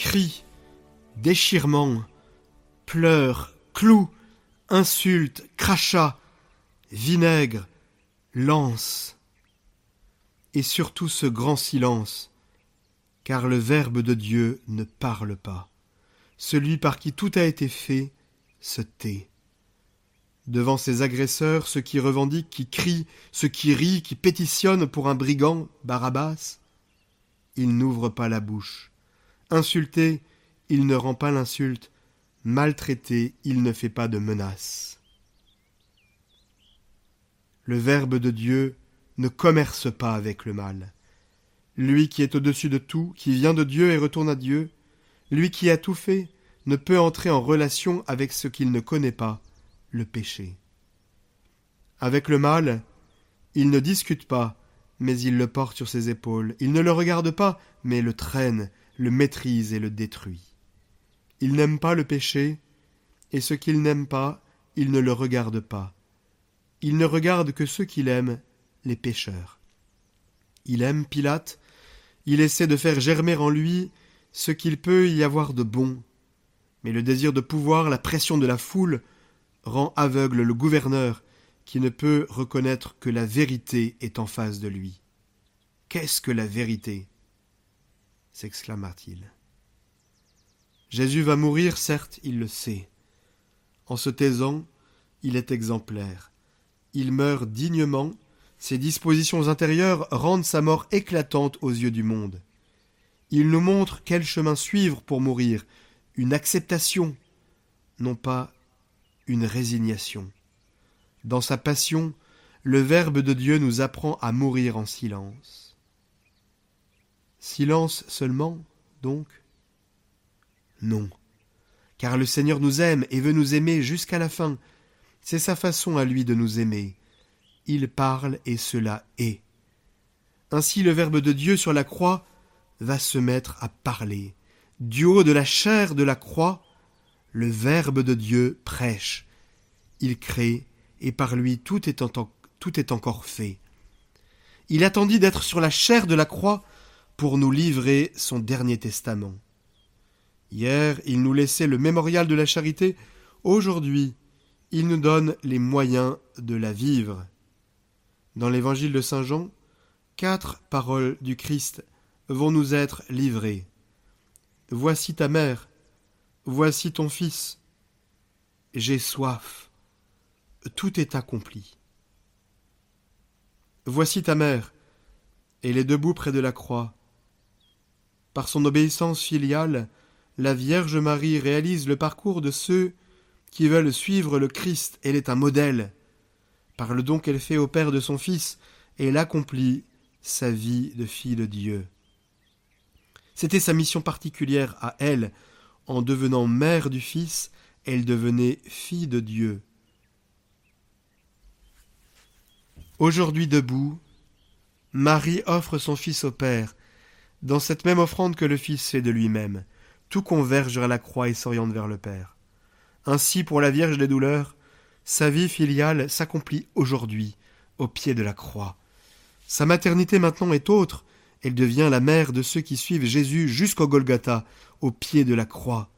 cris, déchirements, pleurs, clous, insultes, crachats, vinaigre, lance. Et surtout ce grand silence, car le Verbe de Dieu ne parle pas. Celui par qui tout a été fait se tait. Devant ces agresseurs, ceux qui revendiquent, qui crient, ceux qui rient, qui pétitionnent pour un brigand, Barabbas, il n'ouvre pas la bouche. Insulté, il ne rend pas l'insulte. Maltraité, il ne fait pas de menaces. Le Verbe de Dieu ne commerce pas avec le mal. Lui qui est au-dessus de tout, qui vient de Dieu et retourne à Dieu, lui qui a tout fait, ne peut entrer en relation avec ce qu'il ne connaît pas, le péché. Avec le mal, il ne discute pas, mais il le porte sur ses épaules. Il ne le regarde pas, mais le traîne, le maîtrise et le détruit. Il n'aime pas le péché, et ce qu'il n'aime pas, il ne le regarde pas. Il ne regarde que ceux qu'il aime, les pécheurs. Il aime Pilate, il essaie de faire germer en lui ce qu'il peut y avoir de bon. Mais le désir de pouvoir, la pression de la foule, rend aveugle le gouverneur qui ne peut reconnaître que la vérité est en face de lui. « Qu'est-ce que la vérité ?» s'exclama-t-il. Jésus va mourir, certes, il le sait. En se taisant, il est exemplaire. Il meurt dignement, ses dispositions intérieures rendent sa mort éclatante aux yeux du monde. Il nous montre quel chemin suivre pour mourir, une acceptation, non pas une résignation. Dans sa passion, le Verbe de Dieu nous apprend à mourir en silence. Silence seulement, donc ? Non, car le Seigneur nous aime et veut nous aimer jusqu'à la fin. C'est sa façon à lui de nous aimer. Il parle et cela est. Ainsi le Verbe de Dieu sur la croix va se mettre à parler. Du haut de la chair de la croix, le Verbe de Dieu prêche. Il crée et par lui tout est encore fait. Il attendit d'être sur la chair de la croix pour nous livrer son dernier testament. Hier, il nous laissait le mémorial de la charité. Aujourd'hui, il nous donne les moyens de la vivre. Dans l'évangile de Saint Jean, 4 paroles du Christ vont nous être livrées. Voici ta mère, voici ton fils. J'ai soif. Tout est accompli. Voici ta mère. Elle est debout près de la croix. Par son obéissance filiale, la Vierge Marie réalise le parcours de ceux qui veulent suivre le Christ. Elle est un modèle. Par le don qu'elle fait au Père de son Fils, elle accomplit sa vie de fille de Dieu. C'était sa mission particulière à elle. En devenant mère du Fils, elle devenait fille de Dieu. Aujourd'hui debout, Marie offre son Fils au Père, dans cette même offrande que le Fils fait de lui-même. Tout converge vers la croix et s'oriente vers le Père. Ainsi, pour la Vierge des douleurs, sa vie filiale s'accomplit aujourd'hui, au pied de la croix. Sa maternité maintenant est autre, elle devient la mère de ceux qui suivent Jésus jusqu'au Golgotha, au pied de la croix.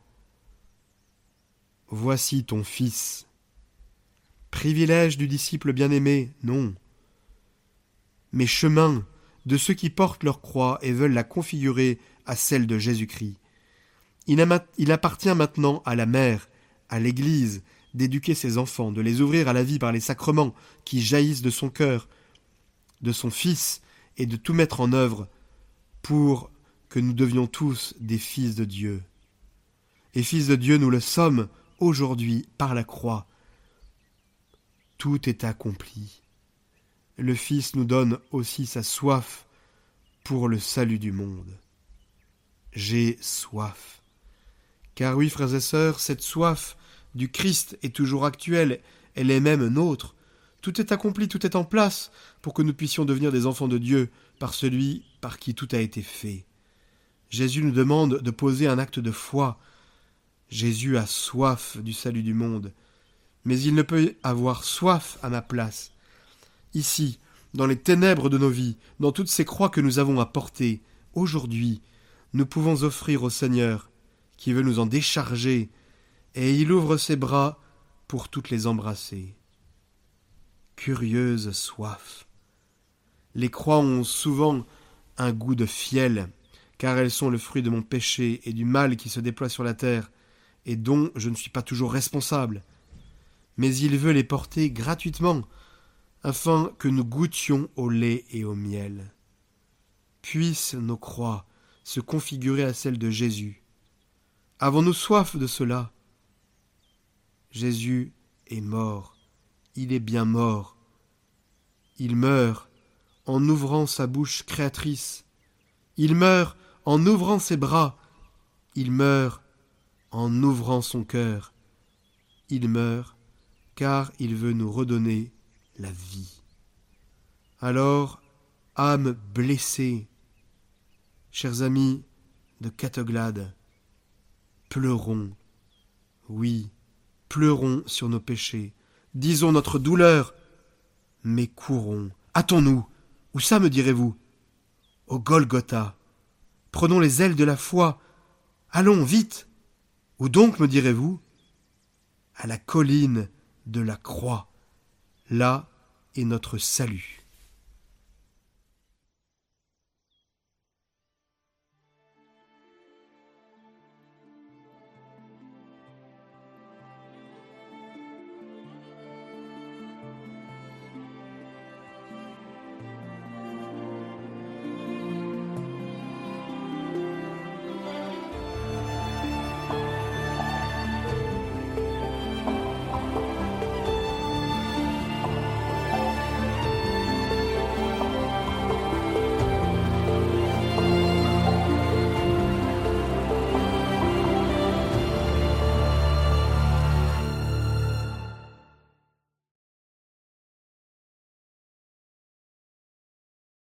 Voici ton Fils. Privilège du disciple bien-aimé, non. Mais chemin de ceux qui portent leur croix et veulent la configurer à celle de Jésus-Christ. Il appartient maintenant à la mère, à l'Église, d'éduquer ses enfants, de les ouvrir à la vie par les sacrements qui jaillissent de son cœur, de son Fils, et de tout mettre en œuvre pour que nous devions tous des fils de Dieu. Et fils de Dieu, nous le sommes aujourd'hui par la croix. Tout est accompli. Le Fils nous donne aussi sa soif pour le salut du monde. J'ai soif. Car oui, frères et sœurs, cette soif du Christ est toujours actuelle, elle est même nôtre. Tout est accompli, tout est en place pour que nous puissions devenir des enfants de Dieu par celui par qui tout a été fait. Jésus nous demande de poser un acte de foi. Jésus a soif du salut du monde, mais il ne peut avoir soif à ma place. Ici, dans les ténèbres de nos vies, dans toutes ces croix que nous avons à porter, aujourd'hui, nous pouvons offrir au Seigneur qui veut nous en décharger, et il ouvre ses bras pour toutes les embrasser. Curieuse soif. Les croix ont souvent un goût de fiel, car elles sont le fruit de mon péché et du mal qui se déploie sur la terre, et dont je ne suis pas toujours responsable. Mais il veut les porter gratuitement, afin que nous goûtions au lait et au miel. Puissent nos croix se configurer à celles de Jésus. Avons-nous soif de cela? Jésus est mort, il est bien mort. Il meurt en ouvrant sa bouche créatrice. Il meurt en ouvrant ses bras. Il meurt en ouvrant son cœur. Il meurt car il veut nous redonner la vie. Alors, âme blessée, chers amis de Catoglade, pleurons, oui, pleurons sur nos péchés, disons notre douleur, mais courons, hâtons-nous, où ça me direz-vous? Au Golgotha, prenons les ailes de la foi, allons vite, où donc me direz-vous? À la colline de la croix, là est notre salut.